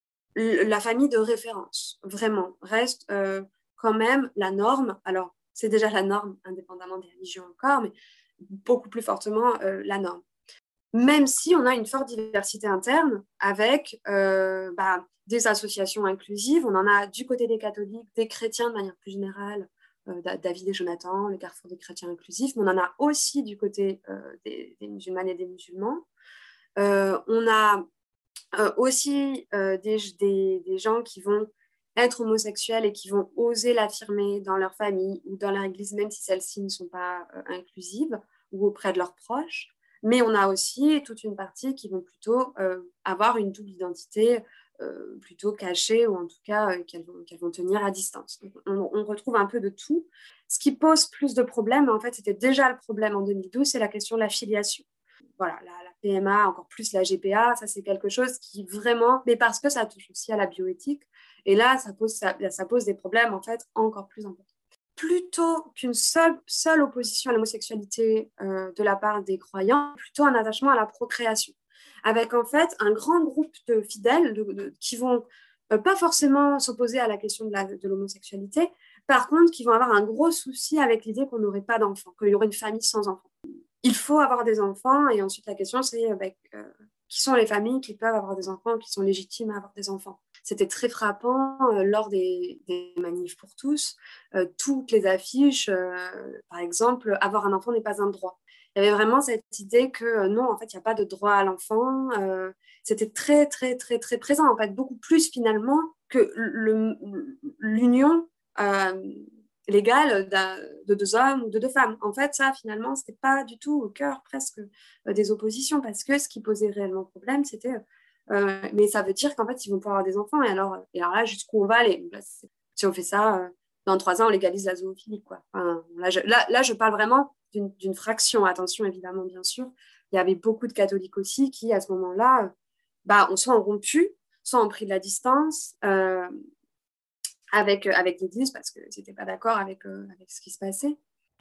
la famille de référence, vraiment, reste euh, quand même la norme. Alors, c'est déjà la norme, indépendamment des religions encore, mais beaucoup plus fortement euh, la norme. Même si on a une forte diversité interne avec euh, bah, des associations inclusives. On en a du côté des catholiques, des chrétiens de manière plus générale, euh, David et Jonathan, le Carrefour des chrétiens inclusifs, mais on en a aussi du côté euh, des, des musulmanes et des musulmans. Euh, on a euh, aussi euh, des, des, des gens qui vont être homosexuels et qui vont oser l'affirmer dans leur famille ou dans leur église, même si celles-ci ne sont pas euh, inclusives, ou auprès de leurs proches. Mais on a aussi toute une partie qui vont plutôt euh, avoir une double identité euh, plutôt cachée, ou en tout cas euh, qu'elles, vont, qu'elles vont tenir à distance. Donc, on, on retrouve un peu de tout. Ce qui pose plus de problèmes, en fait, c'était déjà le problème en deux mille douze, c'est la question de la filiation. Voilà, la, la P M A, encore plus la G P A, ça c'est quelque chose qui vraiment, mais parce que ça touche aussi à la bioéthique, et là ça pose, ça, ça pose des problèmes en fait encore plus importants. Plutôt qu'une seule, seule opposition à l'homosexualité euh, de la part des croyants, plutôt un attachement à la procréation, avec en fait un grand groupe de fidèles de, de, qui vont euh, pas forcément s'opposer à la question de, la, de l'homosexualité, par contre qui vont avoir un gros souci avec l'idée qu'on n'aurait pas d'enfants, qu'il y aurait une famille sans enfants. Il faut avoir des enfants, et ensuite la question c'est euh, bah, euh, qui sont les familles qui peuvent avoir des enfants, qui sont légitimes à avoir des enfants. C'était très frappant euh, lors des, des manifs pour tous, euh, toutes les affiches, euh, par exemple, avoir un enfant n'est pas un droit. Il y avait vraiment cette idée que euh, non, en fait, il n'y a pas de droit à l'enfant. Euh, c'était très, très, très, très présent, en fait, beaucoup plus finalement que le, l'union euh, légale de deux hommes ou de deux femmes. En fait, ça, finalement, ce n'était pas du tout au cœur presque euh, des oppositions, parce que ce qui posait réellement problème, c'était... Euh, mais ça veut dire qu'en fait, ils vont pouvoir avoir des enfants. Et alors, et alors là, jusqu'où on va aller? Là, si on fait ça, euh, dans trois ans, on légalise la zoophilie, quoi. Enfin, là, je, là, là, je parle vraiment d'une, d'une fraction. Attention, évidemment, bien sûr. Il y avait beaucoup de catholiques aussi qui, à ce moment-là, bah, on, soit ont rompu, soit ont pris de la distance euh, avec, avec l'Église parce qu'ils n'étaient pas d'accord avec, euh, avec ce qui se passait.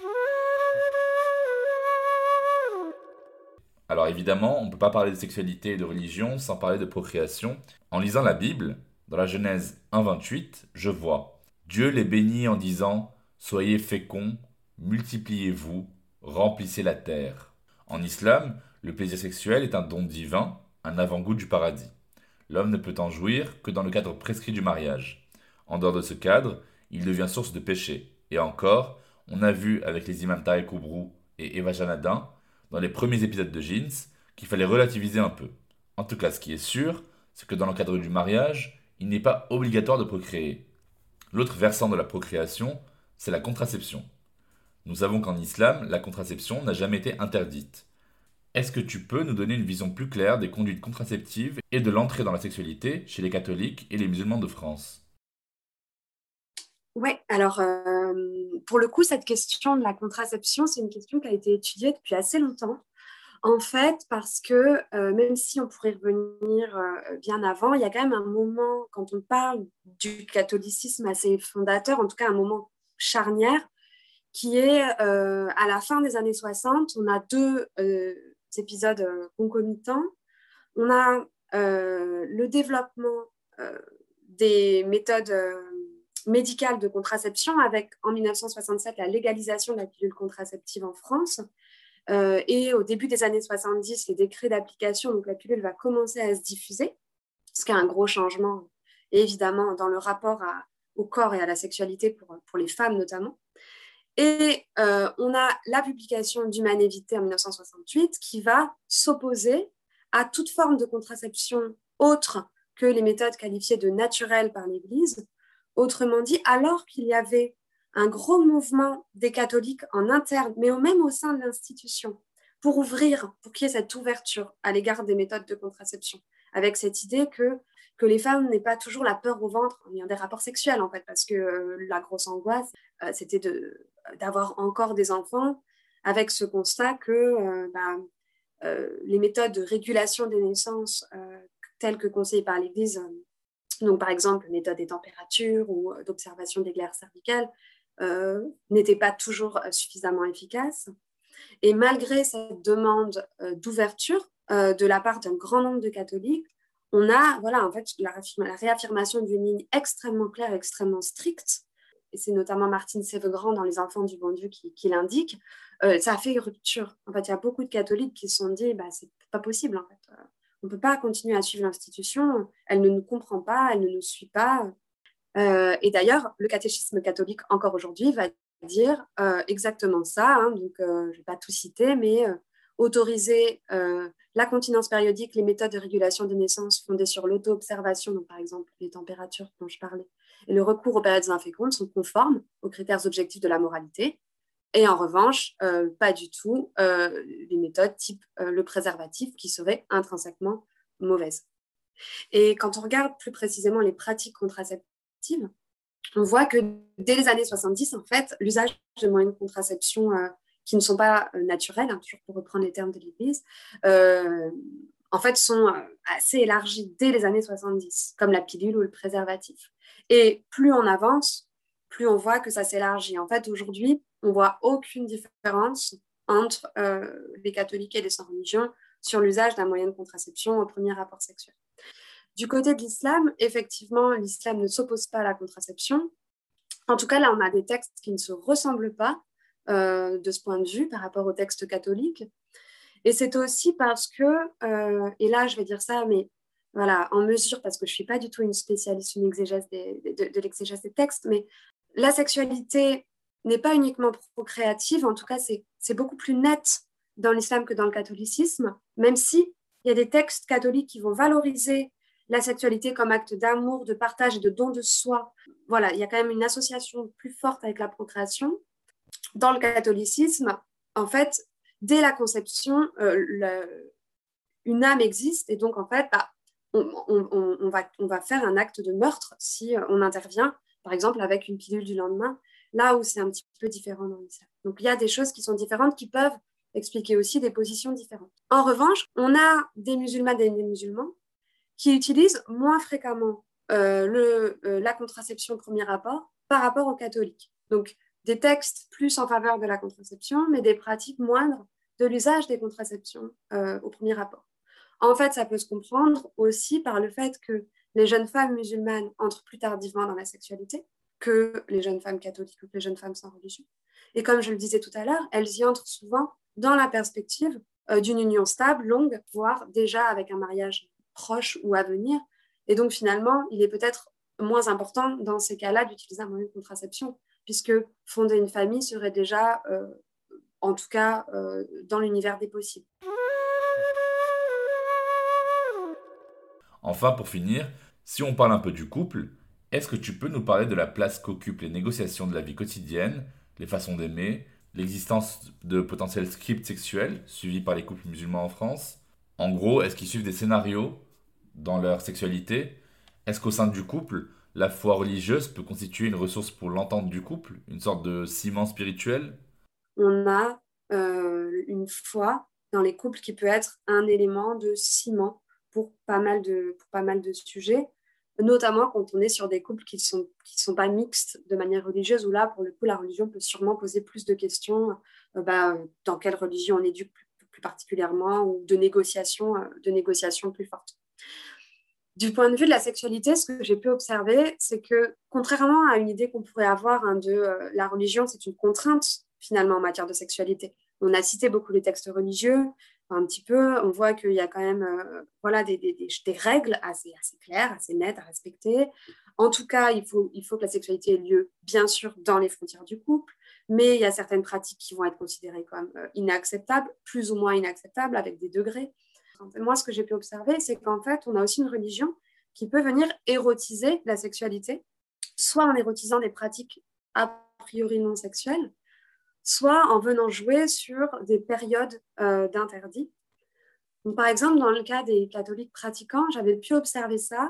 Alors évidemment, on ne peut pas parler de sexualité et de religion sans parler de procréation. En lisant la Bible, dans la Genèse un vingt-huit, je vois Dieu les bénit en disant « Soyez féconds, multipliez-vous, remplissez la terre ». En islam, le plaisir sexuel est un don divin, un avant-goût du paradis. L'homme ne peut en jouir que dans le cadre prescrit du mariage. En dehors de ce cadre, il devient source de péché. Et encore, on a vu avec les imams Tarek Oubrou et Eva Janadin, dans les premiers épisodes de Jeans, qu'il fallait relativiser un peu. En tout cas, ce qui est sûr, c'est que dans le cadre du mariage, il n'est pas obligatoire de procréer. L'autre versant de la procréation, c'est la contraception. Nous savons qu'en islam, la contraception n'a jamais été interdite. Est-ce que tu peux nous donner une vision plus claire des conduites contraceptives et de l'entrée dans la sexualité chez les catholiques et les musulmans de France ?
Oui, alors euh, pour le coup, cette question de la contraception, c'est une question qui a été étudiée depuis assez longtemps. En fait, parce que euh, même si on pourrait revenir euh, bien avant, il y a quand même un moment, quand on parle du catholicisme assez fondateur, en tout cas un moment charnière, qui est euh, à la fin des années soixante. On a deux euh, épisodes euh, concomitants. On a euh, le développement euh, des méthodes euh, médicales de contraception avec, en mille neuf cent soixante-sept, la légalisation de la pilule contraceptive en France. Euh, et au début des années soixante-dix, les décrets d'application, donc la pilule va commencer à se diffuser, ce qui est un gros changement, évidemment, dans le rapport à, au corps et à la sexualité pour, pour les femmes notamment. Et euh, on a la publication d'Humaine et Vitae en mille neuf cent soixante-huit qui va s'opposer à toute forme de contraception autre que les méthodes qualifiées de naturelles par l'Église. Autrement dit, alors qu'il y avait un gros mouvement des catholiques en interne, mais même au sein de l'institution, pour ouvrir, pour qu'il y ait cette ouverture à l'égard des méthodes de contraception, avec cette idée que, que les femmes n'aient pas toujours la peur au ventre en ayant des rapports sexuels, en fait, parce que euh, la grosse angoisse, euh, c'était de, d'avoir encore des enfants, avec ce constat que euh, bah, euh, les méthodes de régulation des naissances euh, telles que conseillées par l'Église, euh, donc par exemple méthode des températures ou euh, d'observation des glaires cervicales, euh, n'étaient pas toujours euh, suffisamment efficaces. Et malgré cette demande euh, d'ouverture euh, de la part d'un grand nombre de catholiques, on a voilà, en fait, la, la réaffirmation d'une ligne extrêmement claire, extrêmement stricte, et c'est notamment Martine Sévegrand dans Les Enfants du Bon Dieu qui, qui l'indique. Euh, ça a fait une rupture. En fait, il y a beaucoup de catholiques qui se sont dit bah, c'est pas possible, en fait. On ne peut pas continuer à suivre l'institution, elle ne nous comprend pas, elle ne nous suit pas. Euh, et d'ailleurs, le catéchisme catholique, encore aujourd'hui, va dire euh, exactement ça. Hein, donc, euh, je ne vais pas tout citer, mais euh, autoriser euh, la continence périodique, les méthodes de régulation des naissances fondées sur l'auto-observation, donc par exemple les températures dont je parlais, et le recours aux périodes infécondes sont conformes aux critères objectifs de la moralité. Et en revanche, euh, pas du tout euh, les méthodes type euh, le préservatif qui seraient intrinsèquement mauvaises. Et quand on regarde plus précisément les pratiques contraceptives, on voit que dès les années soixante-dix, en fait, l'usage de moyens de contraception euh, qui ne sont pas euh, naturels, hein, toujours pour reprendre les termes de l'Église, euh, en fait, sont euh, assez élargis dès les années soixante-dix, comme la pilule ou le préservatif. Et plus on avance, plus on voit que ça s'élargit. En fait, aujourd'hui, on ne voit aucune différence entre euh, les catholiques et les sans-religion sur l'usage d'un moyen de contraception au premier rapport sexuel. Du côté de l'islam, effectivement, l'islam ne s'oppose pas à la contraception. En tout cas, là, on a des textes qui ne se ressemblent pas euh, de ce point de vue par rapport aux textes catholiques. Et c'est aussi parce que, euh, et là, je vais dire ça, mais voilà, en mesure, parce que je ne suis pas du tout une spécialiste, une exégèse des, de, de l'exégèse des textes, mais la sexualité n'est pas uniquement procréative, en tout cas, c'est, c'est beaucoup plus net dans l'islam que dans le catholicisme, même si il y a des textes catholiques qui vont valoriser la sexualité comme acte d'amour, de partage et de don de soi. Voilà, il y a quand même une association plus forte avec la procréation. Dans le catholicisme, en fait, dès la conception, euh, le, une âme existe et donc, en fait, bah, on, on, on, on, va, on va faire un acte de meurtre si on intervient, par exemple, avec une pilule du lendemain, là où c'est un petit peu différent dans l'islam. Donc, il y a des choses qui sont différentes qui peuvent expliquer aussi des positions différentes. En revanche, on a des musulmanes et des musulmans qui utilisent moins fréquemment euh, le, euh, la contraception au premier rapport par rapport aux catholiques. Donc, des textes plus en faveur de la contraception, mais des pratiques moindres de l'usage des contraceptions euh, au premier rapport. En fait, ça peut se comprendre aussi par le fait que les jeunes femmes musulmanes entrent plus tardivement dans la sexualité que les jeunes femmes catholiques ou que les jeunes femmes sans religion. Et comme je le disais tout à l'heure, elles y entrent souvent dans la perspective euh, d'une union stable, longue, voire déjà avec un mariage proche ou à venir. Et donc, finalement, il est peut-être moins important dans ces cas-là d'utiliser un moyen de contraception, puisque fonder une famille serait déjà, euh, en tout cas, euh, dans l'univers des possibles.
Enfin, pour finir, si on parle un peu du couple, est-ce que tu peux nous parler de la place qu'occupent les négociations de la vie quotidienne, les façons d'aimer, l'existence de potentiels scripts sexuels suivis par les couples musulmans en France? En gros, est-ce qu'ils suivent des scénarios dans leur sexualité? Est-ce qu'au sein du couple, la foi religieuse peut constituer une ressource pour l'entente du couple, une sorte de ciment spirituel?
On a euh, une foi dans les couples qui peut être un élément de ciment pour pas mal de, pour pas mal de sujets, notamment quand on est sur des couples qui ne sont, qui sont pas mixtes de manière religieuse, où là, pour le coup, la religion peut sûrement poser plus de questions, euh, bah, dans quelle religion on éduque plus, plus particulièrement, ou de négociations, euh, de négociations plus fortes. Du point de vue de la sexualité, ce que j'ai pu observer, c'est que contrairement à une idée qu'on pourrait avoir hein, de euh, la religion, c'est une contrainte finalement en matière de sexualité. On a cité beaucoup les textes religieux, un petit peu, on voit qu'il y a quand même euh, voilà, des, des, des, des règles assez, assez claires, assez nettes à respecter. En tout cas, il faut, il faut que la sexualité ait lieu, bien sûr, dans les frontières du couple, mais il y a certaines pratiques qui vont être considérées comme euh, inacceptables, plus ou moins inacceptables, avec des degrés. Moi, ce que j'ai pu observer, c'est qu'en fait, on a aussi une religion qui peut venir érotiser la sexualité, soit en érotisant des pratiques a priori non sexuelles, soit en venant jouer sur des périodes euh, d'interdit. Donc, par exemple, dans le cas des catholiques pratiquants, j'avais pu observer ça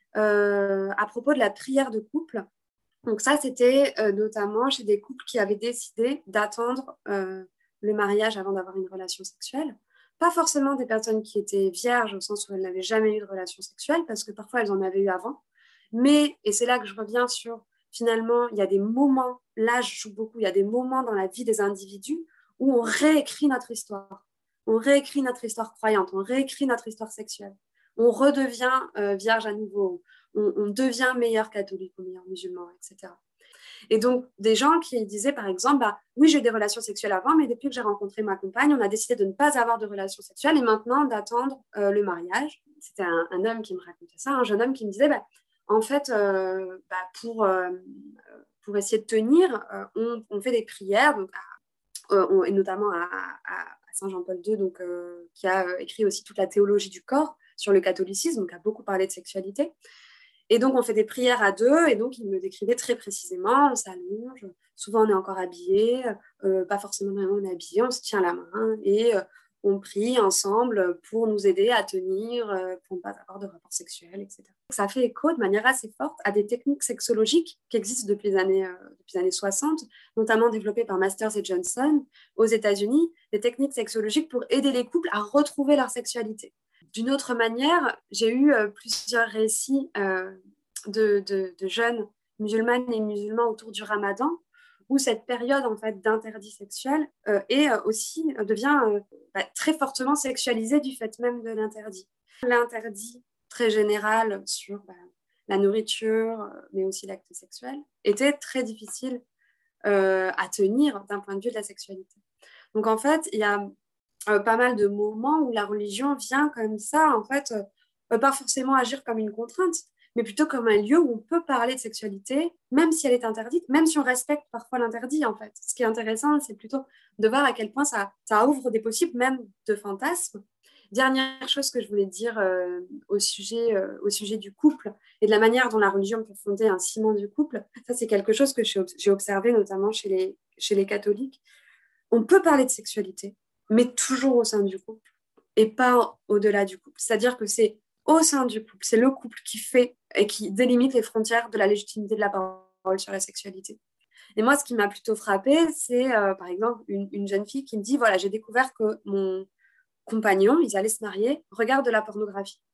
euh, à propos de la prière de couple. Donc ça, c'était euh, notamment chez des couples qui avaient décidé d'attendre euh, le mariage avant d'avoir une relation sexuelle. Pas forcément des personnes qui étaient vierges au sens où elles n'avaient jamais eu de relation sexuelle, parce que parfois elles en avaient eu avant. Mais, et c'est là que je reviens sur, finalement, il y a des moments, l'âge joue beaucoup, il y a des moments dans la vie des individus où on réécrit notre histoire. On réécrit notre histoire croyante, on réécrit notre histoire sexuelle. On redevient euh, vierge à nouveau, on, on devient meilleur catholique ou meilleur musulman, et cetera. Et donc, des gens qui disaient, par exemple, bah, oui, j'ai eu des relations sexuelles avant, mais depuis que j'ai rencontré ma compagne, on a décidé de ne pas avoir de relations sexuelles et maintenant d'attendre euh, le mariage. C'était un, un homme qui me racontait ça, un jeune homme qui me disait, bah, en fait, euh, bah, pour, euh, pour essayer de tenir, euh, on, on fait des prières, donc à, euh, on, et notamment à, à, à Saint Jean-Paul deux, donc, euh, qui a euh, écrit aussi toute la théologie du corps sur le catholicisme, donc a beaucoup parlé de sexualité. Et donc, on fait des prières à deux, et donc, il me décrivait très précisément, on s'allonge, souvent on est encore habillé, euh, pas forcément vraiment on est habillé, on se tient la main, et euh, on prie ensemble pour nous aider à tenir, euh, pour ne pas avoir de rapports sexuels, et cetera. Ça fait écho de manière assez forte à des techniques sexologiques qui existent depuis les années, euh, depuis les années soixante, notamment développées par Masters et Johnson aux États-Unis, des techniques sexologiques pour aider les couples à retrouver leur sexualité. D'une autre manière, j'ai eu euh, plusieurs récits euh, de, de, de jeunes musulmanes et musulmans autour du Ramadan, où cette période en fait, d'interdit sexuel euh, est euh, aussi, euh, devient euh, bah, très fortement sexualisée du fait même de l'interdit. L'interdit très général sur bah, la nourriture, euh, mais aussi l'acte sexuel, était très difficile euh, à tenir d'un point de vue de la sexualité. Donc en fait, il y a Euh, pas mal de moments où la religion vient comme ça, en fait, euh, pas forcément agir comme une contrainte, mais plutôt comme un lieu où on peut parler de sexualité, même si elle est interdite, même si on respecte parfois l'interdit, en fait. Ce qui est intéressant, c'est plutôt de voir à quel point ça, ça ouvre des possibles, même de fantasmes. Dernière chose que je voulais dire euh, au, sujet, euh, au sujet du couple et de la manière dont la religion peut fonder un ciment du couple, ça c'est quelque chose que j'ai observé notamment chez les, chez les catholiques. On peut parler de sexualité, mais toujours au sein du couple et pas au-delà du couple. C'est-à-dire que c'est au sein du couple, c'est le couple qui fait et qui délimite les frontières de la légitimité de la parole sur la sexualité. Et moi, ce qui m'a plutôt frappée, c'est euh, par exemple une, une jeune fille qui me dit, voilà, j'ai découvert que mon compagnon, ils allaient se marier, regarde de la pornographie.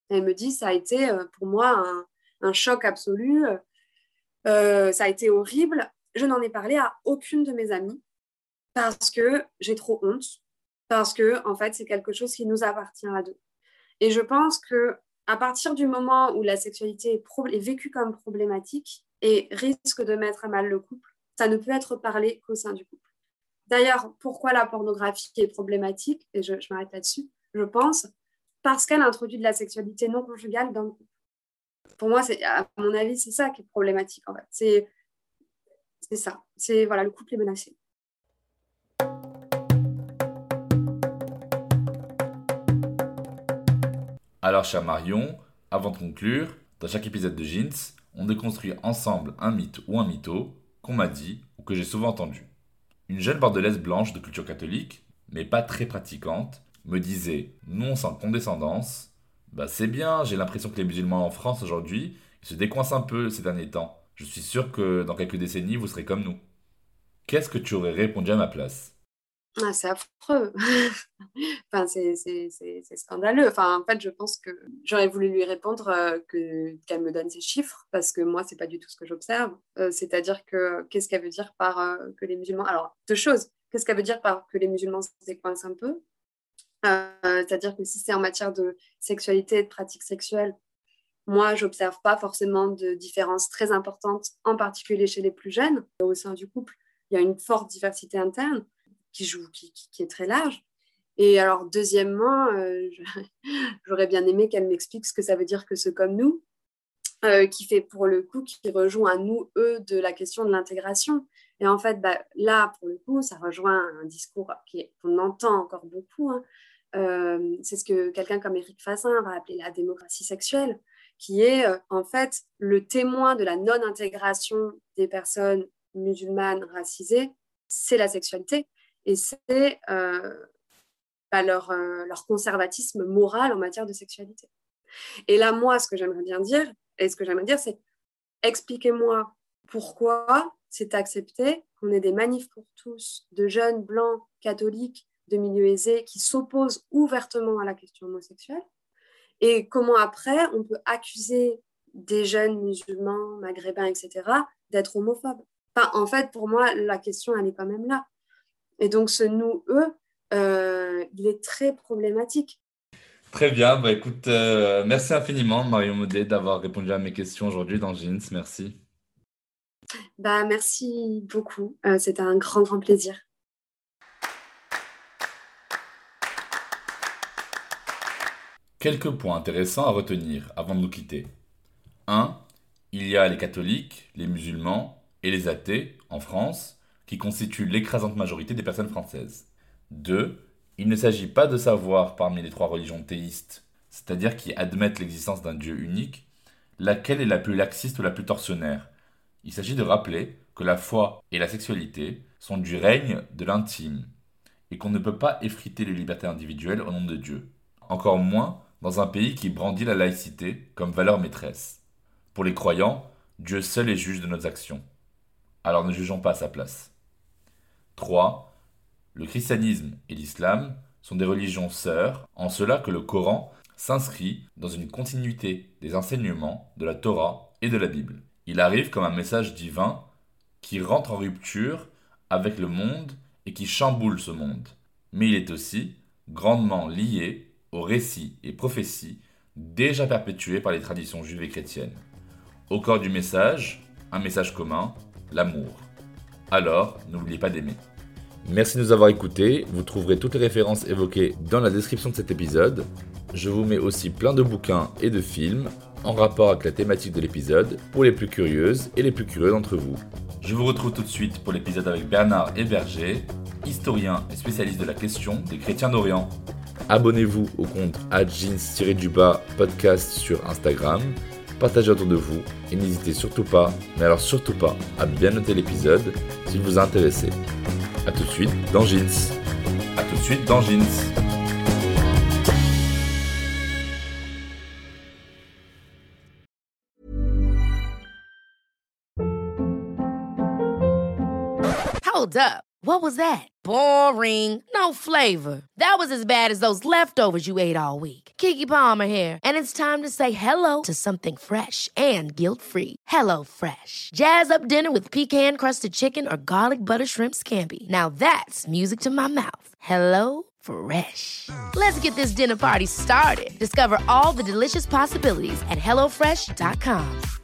Et elle me dit, ça a été euh, pour moi un, un choc absolu. Euh, ça a été horrible. Je n'en ai parlé à aucune de mes amies parce que j'ai trop honte, parce que en fait, c'est quelque chose qui nous appartient à deux. Et je pense que à partir du moment où la sexualité est, pro- est vécue comme problématique et risque de mettre à mal le couple, ça ne peut être parlé qu'au sein du couple. D'ailleurs, pourquoi la pornographie est problématique, et je, je m'arrête là-dessus, je pense, parce qu'elle introduit de la sexualité non conjugale dans le couple. Pour moi, c'est, à mon avis, c'est ça qui est problématique, en fait. C'est, c'est ça. C'est, voilà, le couple est menacé.
Alors, cher Marion, avant de conclure, dans chaque épisode de Jeans, on déconstruit ensemble un mythe ou un mytho qu'on m'a dit ou que j'ai souvent entendu. Une jeune bordelaise blanche de culture catholique, mais pas très pratiquante, me disait, non sans condescendance, bah c'est bien, j'ai l'impression que les musulmans en France aujourd'hui ils se décoincent un peu ces derniers temps. Je suis sûr que dans quelques décennies, vous serez comme nous. Qu'est-ce que tu aurais répondu à ma place ?
Ah, c'est affreux. Enfin, c'est, c'est, c'est, c'est scandaleux. Enfin, en fait, je pense que j'aurais voulu lui répondre euh, que, qu'elle me donne ses chiffres, parce que moi, c'est pas du tout ce que j'observe. Euh, c'est-à-dire que qu'est-ce qu'elle veut dire par euh, que les musulmans... Alors, deux choses. Qu'est-ce qu'elle veut dire par que les musulmans se décoincent un peu ? Euh, c'est-à-dire que si c'est en matière de sexualité et de pratiques sexuelles, moi, j'observe pas forcément de différences très importantes, en particulier chez les plus jeunes. Au sein du couple, il y a une forte diversité interne qui joue, qui, qui, qui est très large. Et alors, deuxièmement, euh, j'aurais bien aimé qu'elle m'explique ce que ça veut dire que ce comme nous, euh, qui fait pour le coup, qui rejoint à nous, eux, de la question de l'intégration. Et en fait, bah, là, pour le coup, ça rejoint un discours qui est, qu'on entend encore beaucoup. Hein. Euh, c'est ce que quelqu'un comme Éric Fassin va appeler la démocratie sexuelle, qui est euh, en fait le témoin de la non-intégration des personnes musulmanes racisées, c'est la sexualité. Et c'est euh, bah, leur, euh, leur conservatisme moral en matière de sexualité. Et là, moi, ce que j'aimerais bien dire, et ce que j'aimerais dire, c'est expliquez-moi pourquoi c'est accepté qu'on ait des manifs pour tous de jeunes blancs catholiques de milieux aisés qui s'opposent ouvertement à la question homosexuelle, et comment après on peut accuser des jeunes musulmans, maghrébins, et cetera, d'être homophobes. Enfin, en fait, pour moi, la question, elle est quand même là. Et donc, ce nous-eux, euh, il est très problématique.
Très bien, bah écoute, euh, merci infiniment Marion Modé d'avoir répondu à mes questions aujourd'hui dans Jeans, merci.
Bah, merci beaucoup, euh, c'était un grand, grand plaisir.
Quelques points intéressants à retenir avant de nous quitter. un. Il y a les catholiques, les musulmans et les athées en France qui constituent l'écrasante majorité des personnes françaises. deux. Il ne s'agit pas de savoir parmi les trois religions théistes, c'est-à-dire qui admettent l'existence d'un Dieu unique, laquelle est la plus laxiste ou la plus tortionnaire. Il s'agit de rappeler que la foi et la sexualité sont du règne de l'intime et qu'on ne peut pas effriter les libertés individuelles au nom de Dieu. Encore moins dans un pays qui brandit la laïcité comme valeur maîtresse. Pour les croyants, Dieu seul est juge de nos actions. Alors ne jugeons pas à sa place. trois. Le christianisme et l'islam sont des religions sœurs, en cela que le Coran s'inscrit dans une continuité des enseignements de la Torah et de la Bible. Il arrive comme un message divin qui rentre en rupture avec le monde et qui chamboule ce monde. Mais il est aussi grandement lié aux récits et prophéties déjà perpétués par les traditions juives et chrétiennes. Au corps du message, un message commun, l'amour. Alors, n'oubliez pas d'aimer. Merci de nous avoir écoutés, vous trouverez toutes les références évoquées dans la description de cet épisode. Je vous mets aussi plein de bouquins et de films en rapport avec la thématique de l'épisode pour les plus curieuses et les plus curieux d'entre vous. Je vous retrouve tout de suite pour l'épisode avec Bernard Héberger, historien et spécialiste de la question des chrétiens d'Orient. Abonnez-vous au compte arobase jeans podcast sur Instagram, partagez autour de vous et n'hésitez surtout pas, mais alors surtout pas, à bien noter l'épisode s'il vous a intéressé. A tout de suite dans Jeans. A tout de suite dans Jeans.
Hold up. What was that? Boring. No flavor. That was as bad as those leftovers you ate all week. Keke Palmer here, and it's time to say hello to something fresh and guilt-free. Hello Fresh. Jazz up dinner with pecan-crusted chicken or garlic butter shrimp scampi. Now that's music to my mouth. Hello Fresh. Let's get this dinner party started. Discover all the delicious possibilities at hello fresh dot com.